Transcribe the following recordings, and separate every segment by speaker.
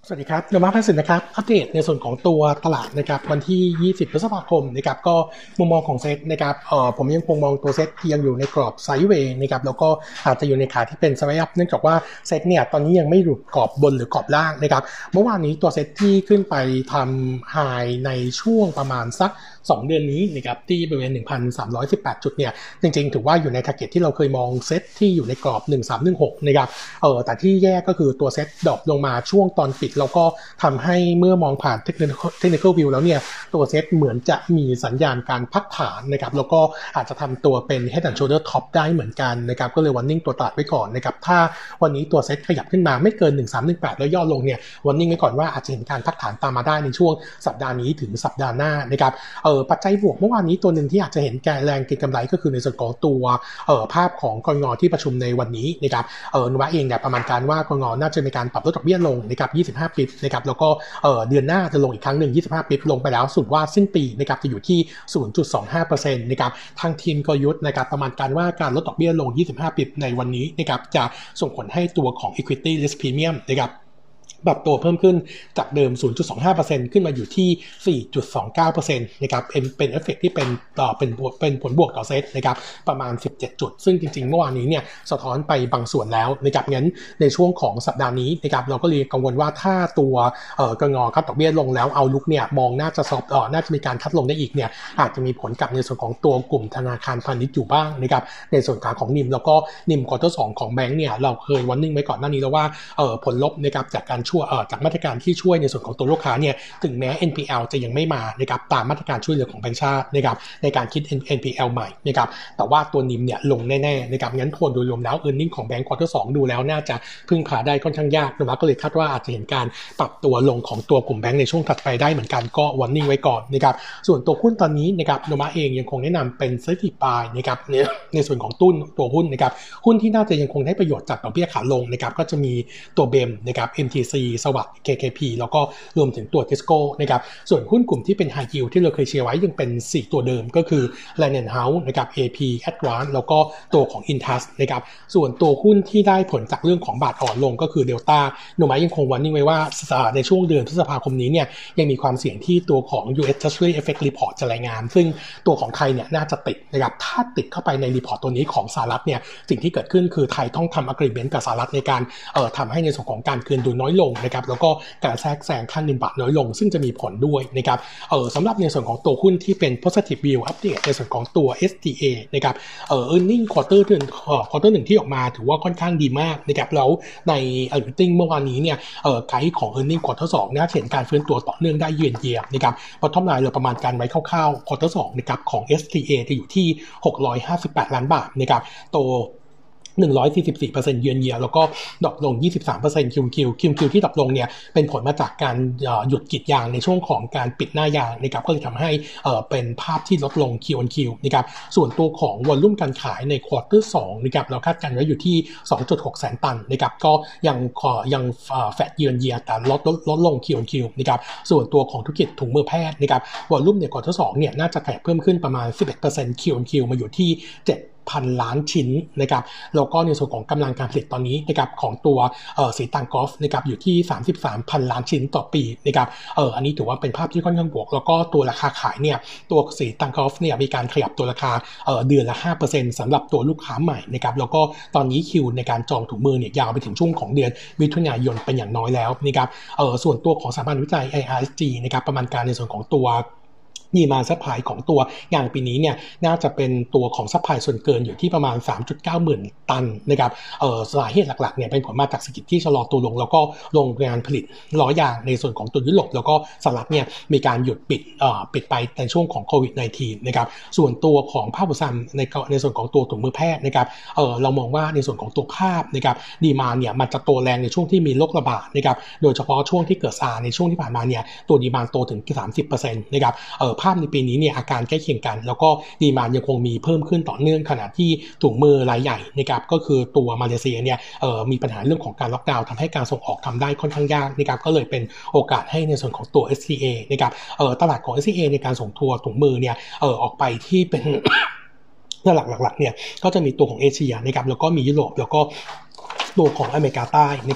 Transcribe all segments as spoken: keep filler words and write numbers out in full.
Speaker 1: สวัสดีครับโนมาพันธ์สินนะครับอัปเดตในส่วนของตัวตลาดนะครับวันที่ยี่สิบพฤษภาคมนะครับก็มุมมองของเซ็ตนะครับเอ่อผมยังคงมองตัวเซ็ตที่ยังอยู่ในกรอบไซด์เวย์นะครับแล้วก็อาจจะอยู่ในขาที่เป็นไซด์อัพเนื่องจากว่าเซ็ตเนี่ยตอนนี้ยังไม่หลุดกรอบบนหรือกรอบล่างนะครับเมื่อวานนี้ตัวเซ็ตที่ขึ้นไปทำไฮในช่วงประมาณสักสองเดือนนี้นะครับที่บริเวณ หนึ่งพันสามร้อยสิบแปด จุดเนี่ยจริงๆถือว่าอยู่ใน target ที่เราเคยมองเซ็ตที่อยู่ในกรอบหนึ่งพันสามร้อยสิบหกนะครับเอ่อแต่ที่แย่ก็คือตัวเซ็ตดรอปลงมาช่วงตอนปิดแล้วก็ทำให้เมื่อมองผ่าน technical view แล้วเนี่ยตัวเซ็ตเหมือนจะมีสัญญาณการพักฐานนะครับแล้วก็อาจจะทำตัวเป็น head and shoulder top ได้เหมือนกันนะครับก็เลย warning ตัวตลาดไว้ก่อนนะครับถ้าวันนี้ตัวเซ็ตขยับขึ้นมาไม่เกินหนึ่งพันสามร้อยสิบแปดแล้วย่อลงเนี่ย warning ไว้ก่อนว่าอาจจะเห็นการพักฐานตามมาได้ในช่วงสัปดาห์นี้ถึงสัปดาห์หน้านะครับเอ่อปัจจัยบวกเมื่อวานนี้ตัวหนึ่งที่อาจจะเห็นแรงเก็งกำไรก็คือในส่วนของตัวเอ่อภาพของกง.ที่ประชุมในวันนี้นะครับเอ่อนุวะเองเนี่ยประมาณการว่ากง.น่าจะมีการปรับลดดอกเบี้ยลงนะครับยี่สิบห้าปิบนะครับแล้วก็เอ่อเดือนหน้าจะลงอีกครั้งหนึ่งยี่สิบห้าปิบลงไปแล้วสุดว่าสิ้นปีนะครับจะอยู่ที่ ศูนย์จุดสองห้าเปอร์เซ็นต์ นะครับทางทีมกลยุทธ์นะครับประมาณการว่าการลดดอกเบี้ยลงยี่สิบห้าปิบในวันนี้นะครับจะส่งผลให้ตัวของ equity risk premium นะครับปรับตัวเพิ่มขึ้นจากเดิม ศูนย์จุดสองห้าเปอร์เซ็นต์ ขึ้นมาอยู่ที่ สี่จุดสองเก้าเปอร์เซ็นต์ นะครับเป็นเป็นเอฟเฟกต์ที่เป็นต่อเป็นเป็นผลบวกต่อเซตนะครับประมาณสิบเจ็ดจุดซึ่งจริงๆเมื่อวานนี้เนี่ยสะท้อนไปบางส่วนแล้วนะครับงั้นในช่วงของสัปดาห์นี้นะครับเราก็เลยกังวลว่าถ้าตัวเอ่อกง.คัดดอกเบี้ยลงแล้วเอาลุกเนี่ยมองน่าจะซอฟต์เอ่อน่าจะมีการคัดลงได้อีกเนี่ยอาจจะมีผลกับในส่วนของตัวกลุ่มธนาคารพาณิชย์อยู่บ้างนะครับในส่วนของนิมแล้วก็นิมควอเตอร์สองของแบงก์เนี่ยเราเคยวอร์นิ่งไว้ก่อนหน้านี้แล้วว่าเอ่อผลลบนะครับจากการช่วยเอ่อจากมาตรการที่ช่วยในส่วนของตัวลูกค้าเนี่ยถึงแม้ เอ็น พี แอล จะยังไม่มานะครับตามมาตรการช่วยเหลือของแบงก์ชาตินะครับในการคิด เอ็น พี แอล ใหม่นะครับแต่ว่าตัวนิมเนี่ยลงแน่ๆนะครับงั้นทวนโดยรวมแล้ว earning ของแบงก์ควอเตอร์สองดูแล้วน่าจะพึ่งพาได้ค่อนข้างยากนะครับก็เลยคาดว่าอาจจะเห็นการปรับตัวลงของตัวกลุ่มแบงก์ในช่วงถัดไปได้เหมือนกันก็ warning ไว้ก่อนนะครับส่วนตัวหุ้นตอนนี้นะครับโนมาเองยังคงแนะนำเป็น selective buy นะครับในในส่วนของตุ้นตัวหุ้นนะครับหุ้นที่น่าจะยังคงได้ประโยชน์จากดอกเบี้ยขาลงนะครับก็จะมีตัวเบมนะครับ เอ็ม ที ซี สวัสดิ์ เค เค พี แล้วก็รวมถึงตัว Tesco นะครับส่วนหุ้นกลุ่มที่เป็น High Yield ที่เราเคยเชียร์ไว้ยังเป็นสี่ตัวเดิมก็คือ Lion House นะครับ เอ พี Advance แล้วก็ตัวของ Intas นะครับส่วนตัวหุ้นที่ได้ผลจากเรื่องของบาทอ่อนลงก็คือ Delta โนมายังคงวอร์นิ่งไว้ว่าในช่วงเดือนพฤษภาคมนี้เนี่ยยังมีความเสี่ยงที่ตัวของ ยู เอส Treasury Effect Report จะรายงานซึ่งตัวของไทยเนี่ยน่าจะติดนะครับถ้าติดเข้าไปในรีพอร์ตตัวนี้ของสหรัฐเนี่ยสิ่งที่เกิดขึ้นคือไทยต้องทำ agreement กับสหรัฐในการเอ่อทำให้ในส่วนของการคืนดุลน้อยลงนะครับแล้วก็การแทรกแซงค่าเงินบาทน้อยลงซึ่งจะมีผลด้วยนะครับเอ่อสำหรับในส่วนของตัวหุ้นที่เป็น positive view อัปเดตในส่วนของตัว เอส ที เอ นะครับเอ่อ earning quarter หนึ่งเอ่อ quarter หนึ่งที่ออกมาถือว่าค่อนข้างดีมากนะครับแล้วใน earning เมื่อวานนี้เนี่ยเอ่อไกด์ของ earning quarter สองเนี่ยเห็นการฟื้นตัวต่อเนื่องได้เยือนเยียนะครับbottom line เราประมาณการไว้คร่าวๆ quarter สองนะครับของ เอส ที เอ จะอยู่ที่หกร้อยห้าสิบแปดล้านบาทนะครับโตหนึ่งร้อยสี่สิบสี่เปอร์เซ็นต์ เยือนเยียแล้วก็ดรอปลง ยี่สิบสามเปอร์เซ็นต์ คิว คิว คิว คิว ที่ดรอปลงเนี่ยเป็นผลมาจากการหยุดกรีดยางในช่วงของการปิดหน้ายางนะครับก็เลยทำให้เป็นภาพที่ลดลง Q on Q นะครับส่วนตัวของวอลลุ่มการขายในควอเตอร์สองนะครับเราคาดการณ์ไว้อยู่ที่ สองจุดหก แสนตันนะครับก็ยังยังแฟตเยือนเยียแต่ลดลดลดลง Q on Q นะครับส่วนตัวของธุรกิจถุงมือแพทย์นะครับวอลลุ่มในควอเตอร์สองเนี่ยน่าจะขยับเพิ่มขึ้นประมาณ สิบเอ็ดเปอร์เซ็นต์ Q on Q มาอยู่ที่เจ็ดพันล้านชิ้นนะครับแล้วก็ในส่วนของกำลังการผลิตตอนนี้นะครับของตัวเอ่อสีต่างกอล์ฟนะครับอยู่ที่สามสิบสามพันล้านชิ้นต่อปีนะครับเอออันนี้ถือว่าเป็นภาพที่ค่อนข้างบวกแล้วก็ตัวราคาขายเนี่ยตัวสีต่างกอล์ฟเนี่ยมีการขยับตัวราคาเอ่อเดือนละ ห้าเปอร์เซ็นต์ สำหรับตัวลูกค้าใหม่นะครับแล้วก็ตอนนี้คิวในการจองถุงมือเนี่ยยาวไปถึงช่วงของเดือนมิถุนายนเป็นอย่างน้อยแล้วนะครับเออส่วนตัวของสถาบันวิจัย ไอ อาร์ เอส จี นะครับประมาณการในส่วนของตัวดีมานด์ซัพพลายของตัวยางปีนี้เนี่ยน่าจะเป็นตัวของซัพพลายส่วนเกินอยู่ที่ประมาณ สามจุดเก้า หมื่นตันนะครับเอ่อสาเหตุหลักๆเนี่ยเป็นผลมาจากเศรษฐกิจที่ชะลอตัวลงแล้วก็โรงงานผลิตล้อยางในส่วนของตัวยุโรปแล้วก็สหรัฐเนี่ยมีการหยุดปิดเอ่อปิดไปในช่วงของโควิด สิบเก้า นะครับส่วนตัวของภาพอุตสาหกรรมในในส่วนของตัวถุงมือแพทย์นะครับเอ่อเรามองว่าในส่วนของตัวภาพนะครับดีมานด์เนี่ยมันจะโตแรงในช่วงที่มีโรคระบาดนะครับโดยเฉพาะช่วงที่เกิดซาร์ในช่วงที่ผ่านมาเนี่ยตัวดีมานด์โตถึง สามสิบเปอร์เซ็นต์ นะครับเอ่อภาพในปีนี้เนี่ยอาการใกล้เคียงกันแล้วก็ดีมานด์ยังคงมีเพิ่มขึ้นต่อเนื่องขณะที่ถุงมือรายใหญ่นะครับก็คือตัวมาเลเซียเนี่ยเอ่อมีปัญหาเรื่องของการล็อกดาวน์ทำให้การส่งออกทำได้ค่อนข้างยากนะครับก็เลยเป็นโอกาสให้ในส่วนของตัว เอส ที เอ นะครับเอ่อตลาดของ เอส ที เอ ในการส่งทัวร์ถุงมือเนี่ยเอ่อออกไปที่เป็น หลักๆเนี่ยก็จะมีตัวของเอเชียนะครับแล้วก็มียุโรปแล้วก็ตัวของอเมริกาใต้นะครับ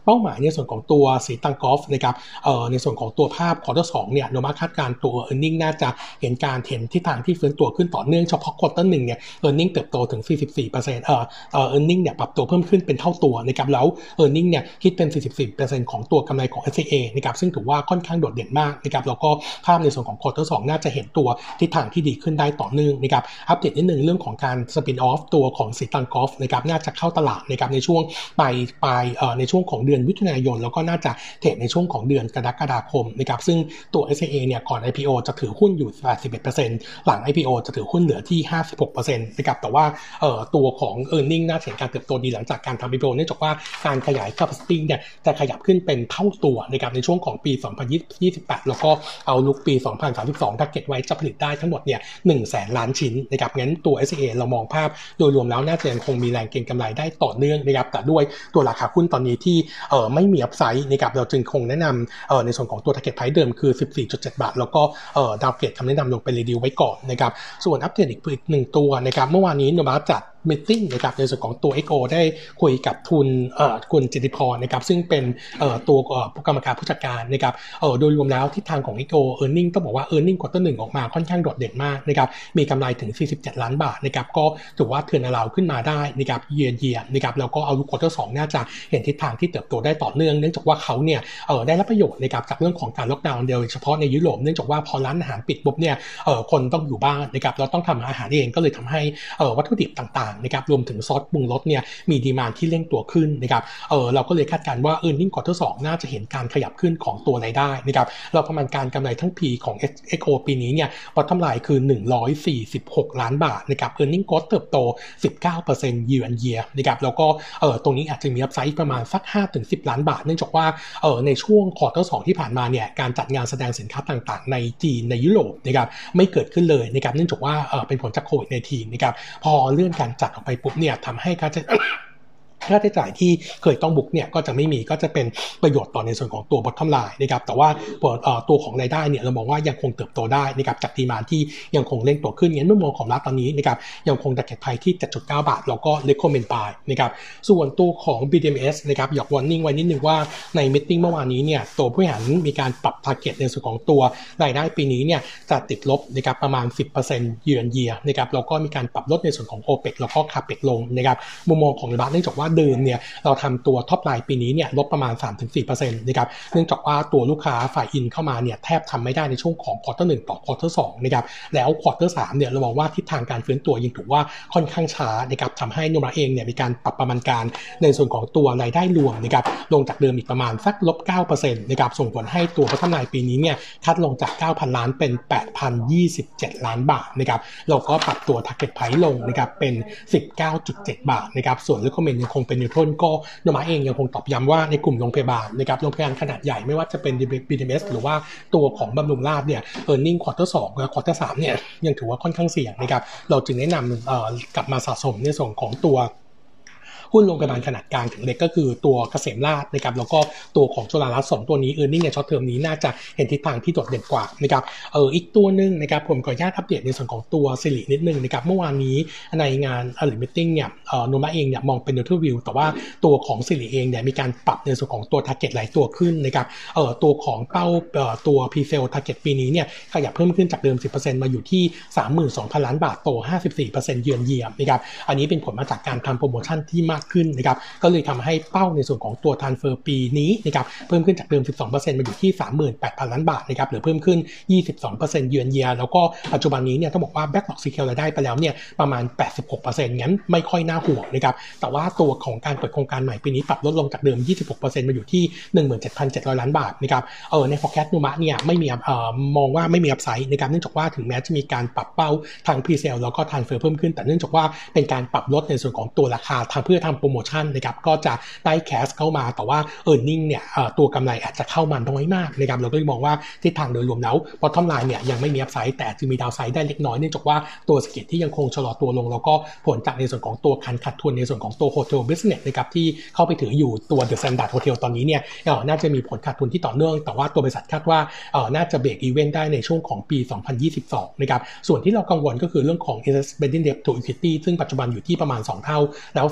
Speaker 1: เป้าหมายในส่วนของตัวสีตังกอล์ฟนะครับเอ่อในส่วนของตัวภาพควอเตอร์สองเนี่ยโนมาคาดการตัว earning น่าจะเห็นการเห็นทิศทางที่ฟื้นตัวขึ้นต่อเนื่องเฉพาะควอเตอร์หนึ่งเนี่ย earning เติบโตถึง สี่สิบสี่เปอร์เซ็นต์ เอ่อเอ่อ earning เนี่ยปรับตัวเพิ่มขึ้นเป็นเท่าตัวนะครับแล้ว earning เนี่ยคิดเป็น สี่สิบสี่เปอร์เซ็นต์ ของตัวกำไรของ เอส ซี เอ นะครับซึ่งถือว่าค่อนข้างโดดเด่นมากนะครับแล้วก็ภาพในส่วนของควอเตอร์สองน่าจะเห็นตัวทิศทางที่ดีขึ้นได้ต่อเนื่องนะครับอัปเดตนิดนึงเรื่องของการสปินออฟตัวของสีตังกอล์ฟนะครับน่าจะเข้าตลาดนะครับในช่วงปลายปลายเอ่อในช่วงของเดือนมิถุนายนแล้วก็น่าจะเทรดในช่วงของเดือนกรกฎาคมนะครับซึ่งตัว เอส ซี เอ เนี่ยก่อน ไอ พี โอ จะถือหุ้นอยู่ แปดสิบเอ็ดเปอร์เซ็นต์ หลัง ไอ พี โอ จะถือหุ้นเหลือที่ ห้าสิบหกเปอร์เซ็นต์ นะครับแต่ว่าเอ่อตัวของ earning น่าจะเห็นการเติบโตดีหลังจากการทำ ไอ พี โอ เนื่องจากว่าการขยาย capacity เนี่ยจะขยับขึ้นเป็นเท่าตัวนะครับในช่วงของปีสองพันยี่สิบแปดแล้วก็เอาลุกปีสองพันสามสิบสอง target ไว้จะผลิตได้ทั้งหมดเนี่ย หนึ่งแสนล้านชิ้นนะครับงั้นตัว เอส ซี เอ เรามองภาพโดยรวมแล้วน่าจะยังคงมีแรงเก็งกำไรได้ต่อเนื่องนะครับแต่ด้วยตัวราคาหุ้นตอนนี้ที่เอ่อไม่มีอัพไซด์นะครับเราจึงคงแนะนำเอ่อในส่วนของตัว target price เดิมคือ สิบสี่จุดเจ็ด บาทแล้วก็เอ่อดาวเกรดคำแนะนำลงไปรีดิวไว้ก่อนนะครับส่วนอัปเดตอีกหนึ่งตัวนะครับเมื่อวานนี้โนมาจัดมีตติ้งนะครับในส่วนของตัว เอ็ก โอ ได้คุยกับทุนเอ่อคุณจิติพรนะครับซึ่งเป็นเอ่อตัวเอ่อกรรมการผู้จัดการนะครับเอ่อโดยรวมแล้วทิศทางของ เอ็ก โอ earning ต้องบอกว่า earning ควอเตอร์หนึ่งออกมาค่อนข้างโดดเด่นมากนะครับมีกำไรถึงสี่สิบเจ็ดล้านบาทนะครับก็ถือว่าเทิร์นอราวด์ขึ้นมาได้นะครับเยียร์เยียร์นะครับแล้วก็เอาลุกควอเตอร์สองน่าจะเห็นทิศทางที่เติบโตได้ต่อเนื่องเนื่องจากว่าเขาเนี่ยเอ่อได้รับประโยชน์นะครับจากเรื่องของการล็อกดาวน์โดยเฉพาะในยุโรปเนื่องจากว่าพอร้านอาหารปิดปุ๊บเนี่ยเอ่อคนต้องอยู่บ้านนะครับเราต้องทำอาหารเองก็เลยทำให้เอ่อวัตถุดิบต่างๆนะครับรวมถึงซอสปรุงรสเนี่ยมีดีมานด์ที่เร่งตัวขึ้นนะครับเออเราก็เลยคาดการณ์ว่า earning quarter สองน่าจะเห็นการขยับขึ้นของตัวรายได้นะครับเราประมาณการกำไรทั้งปีของ เอ็ก โอ ปีนี้เนี่ย bottom line คือหนึ่งร้อยสี่สิบหกล้านบาทนะครับ earning growth เติบโต สิบเก้าเปอร์เซ็นต์ year on year นะครับแล้วก็เออตรงนี้อาจจะมี upside ประมาณสัก ห้าถึงสิบ ล้านบาทเนื่องจากว่าเออในช่วง quarter สองที่ผ่านมาเนี่ยการจัดงานแสดงสินค้าต่างๆในจีนในยุโรปนะครับไม่เกิดขึ้นเลยนะครับเนื่องจากว่าเออเป็นผลจากโควิด สิบเก้า นะครับพอเลื่อนการจัดออกไปปุ๊บเนี่ยทำให้การจะ ค่าใช้จ่ายที่เคยต้องบุ๊กเนี่ยก็จะไม่มีก็จะเป็นประโยชน์ต่อในส่วนของตัว bottom line นะครับแต่ว่าตัวของรายได้เนี่ยเรามองว่ายังคงเติบโตได้นะครับจากดีมานด์ที่ยังคงเร่งตัวขึ้นงั้นมุมมองของรัฐตอนนี้นะครับยังคง target price ที่ เจ็ดจุดเก้า บาทแล้วก็ recommend buy นะครับส่วนตัวของ บี ดี เอ็ม เอส นะครับอยาก warning ไว้นิดนึงว่าใน meeting เมื่อวานนี้เนี่ยตัวผู้บริหารมีการปรับ target ในส่วนของตัวรายได้ปีนี้เนี่ยจะติดลบนะครับประมาณ สิบเปอร์เซ็นต์ year on year นะครับแล้วก็มีการปรับลดในส่วนของ โอ พี อี ซี แล้วก็ คาเปก ลงนะครับมุมมองของรัฐเนื่องจากว่าเดิมเนี่ยเราทำตัวท็อปไลน์ปีนี้เนี่ยลดประมาณ สามถึงสี่เปอร์เซ็นต์ นะครับเนื่องจากว่าตัวลูกค้าฝ่ายอินเข้ามาเนี่ยแทบทำไม่ได้ในช่วงของควอเตอร์หนึ่งต่อควอเตอร์สองนะครับแล้วควอเตอร์สามเนี่ยเรามองว่าทิศทางการฟื้นตัวยังถือว่าค่อนข้างช้านะครับทำให้โนมราเองเนี่ยมีการปรับประมาณการในส่วนของตัวรายได้รวมนะครับลงจากเดิมอีกประมาณสักลบ เก้าเปอร์เซ็นต์ นะครับส่งผลให้ตัวพัฒนาปีนี้เนี่ยคัดลงจาก เก้าพัน ล้านเป็น แปดพันยี่สิบเจ็ด ล้านบาทนะครับเราก็ปรับตัว target price ลงนะครับเป็น สิบเก้าจุดเจ็ด บาทนะครับส่วน recommend ยังคงเป็นนิวทรัลก็โนมาเองยังคงตอบย้ำว่าในกลุ่มโรงพยาบาลนะครับโรงพยาบาลขนาดใหญ่ไม่ว่าจะเป็น บี ดี เอ็ม เอส หรือว่าตัวของบำรุงราษฎร์เนี่ย earning quarter สองและ quarter สามเนี่ยยังถือว่าค่อนข้างเสี่ยงนะครับเราจึงแนะนำเอ่อกลับมาสะสมในส่วนของตัวหุ้นโรงพยาบาลขนาดกลางถึงเล็กก็คือตัวเกษมราษฎร์นะครับแล้วก็ตัวของจุฬารัตน์สองตัวนี้ earning ในช็อตเทอมนี้น่าจะเห็นทิศทางที่โดดเด่นกว่านะครับเอออีกตัวนึงนะครับผมขออนุญาตอัปเดตในส่วนของตัวสิรินิดนึงนะครับเมื่อวานนี้ในงาน early meeting เนี่ยเอ่อโนมาเองเนี่ยมองเป็น neutral view แต่ว่าตัวของสิริเองเนี่ยมีการปรับในส่วนของตัว target หลายตัวขึ้นนะครับเอ่อตัวของเป้าเอ่อตัว pre-sale target ปีนี้เนี่ยขยับเพิ่มขึ้นจากเดิม สิบเปอร์เซ็นต์ มาอยู่ที่ สามหมื่นสองพัน ล้านบาทโต ห้าสิบสี่เปอร์เซ็นต์ เยือนเยียมนะครับอันนี้เป็นผลมาจากการทำโปรโมชั่นที่มากขึ้นนะครับก็เลยทำให้เป้าในส่วนของตัว transfer ปีนี้นะครับเพิ่มขึ้นจากเดิม สิบสองเปอร์เซ็นต์ มาอยู่ที่ สามหมื่นแปดพัน ล้านบาทนะครับหรือเพิ่มขึ้น ยี่สิบสองเปอร์เซ็นต์ เยือนเยียแล้วก็ปัจจุบันนี้เนี่ยต้องบอกว่า backlog scale รายได้ไปแล้วเนี่ยประมาณ แปดสิบหกเปอร์เซ็นต์ งั้นไม่ค่อยน่าห่วงนะครับแต่ว่าตัวของการเปิดโครงการใหม่ปีนี้ปรับลดลงจากเดิม ยี่สิบหกเปอร์เซ็นต์ มาอยู่ที่ หนึ่งหมื่นเจ็ดพันเจ็ดร้อย ล้านบาทนะครับเออใน forecast นุมะเนี่ยไม่มีเอ่อมองว่าไม่มี upside นะครับเนื่องจากว่าถึงแม้จะมีการปรับเป้าทาง pre-sale แล้วก็ transfer เพิ่มขึ้นแต่เนื่องจากว่าเป็นการปรับลดในส่วนของตัวราคาทางเพื่อทำโปรโมชั่นนะครับก็จะได้แคสเข้ามาแต่ว่า earning เนี่ยตัวกำไรอาจจะเข้ามันน้อยมากนะครับเราก็เลยมองว่าทิศทางโดยรวมแล้ว bottom line เนี่ยยังไม่มี upside แต่จะมี downside ได้เล็กน้อยเนื่องจากว่าตัวเศรษฐกิจที่ยังคงชะลอตัวลงแล้วก็ผลจากในส่วนของตัวการขาดทุนในส่วนของตัว hotel business นะครับที่เข้าไปถืออยู่ตัว The Standard Hotel ตอนนี้เนี่ยน่าจะมีผลขาดทุนที่ต่อเนื่องแต่ว่าตัวบริษัทคาดว่าน่าจะเบรกอีเวนต์ได้ในช่วงของปีสองพันยี่สิบสองนะครับส่วนที่เรากังวลก็คือเรื่องของ investment debt to equity ซึ่งปัจจุบันอยู่ที่ประมาณสองเท่าแล้วสันสิริ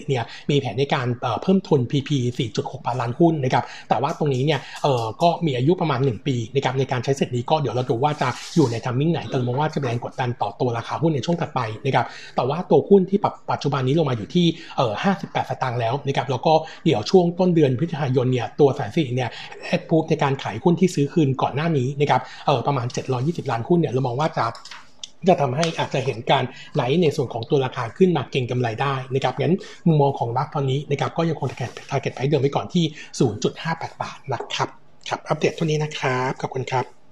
Speaker 1: เนี่ยมีแผนในการเพิ่มทุน พี พี สี่จุดหก พันล้านหุ้นนะครับแต่ว่าตรงนี้เนี่ยเอ่อก็มีอายุประมาณหนึ่งปีนะครับในการใช้สิทธิ์นี้ก็เดี๋ยวเราดูว่าจะอยู่ในทัมมิ่งไหนแต่มองว่าจะเป็นแรงกดดันต่อตัวราคาหุ้นในช่วงถัดไปนะครับแต่ว่าตัวหุ้นที่ปัจจุบันนี้ลงมาอยู่ที่เอ่อห้าสิบแปดสตางค์แล้วนะครับแล้วก็เดี๋ยวช่วงต้นเดือนพฤศจิกายนเนี่ยตัวแสนสิริเนี่ยแอดพูฟในการขายหุ้นที่ซื้อคืนก่อนหน้านี้นะครับเอ่อประมาณเจ็ดร้อยยี่สิบล้านหุ้นเนี่ยเรามองว่าจะจะทำให้อาจจะเห็นการไหลในส่วนของตัวราคาขึ้นมาเก็งกำไรได้นะครับงั้นมุมมองของรัฐตอนนี้นะครับก็ยังคง target price เดิมไว้ก่อนที่ ศูนย์จุดห้าแปด บาทนะครับครับอัปเดตเท่านี้นะครับขอบคุณครับ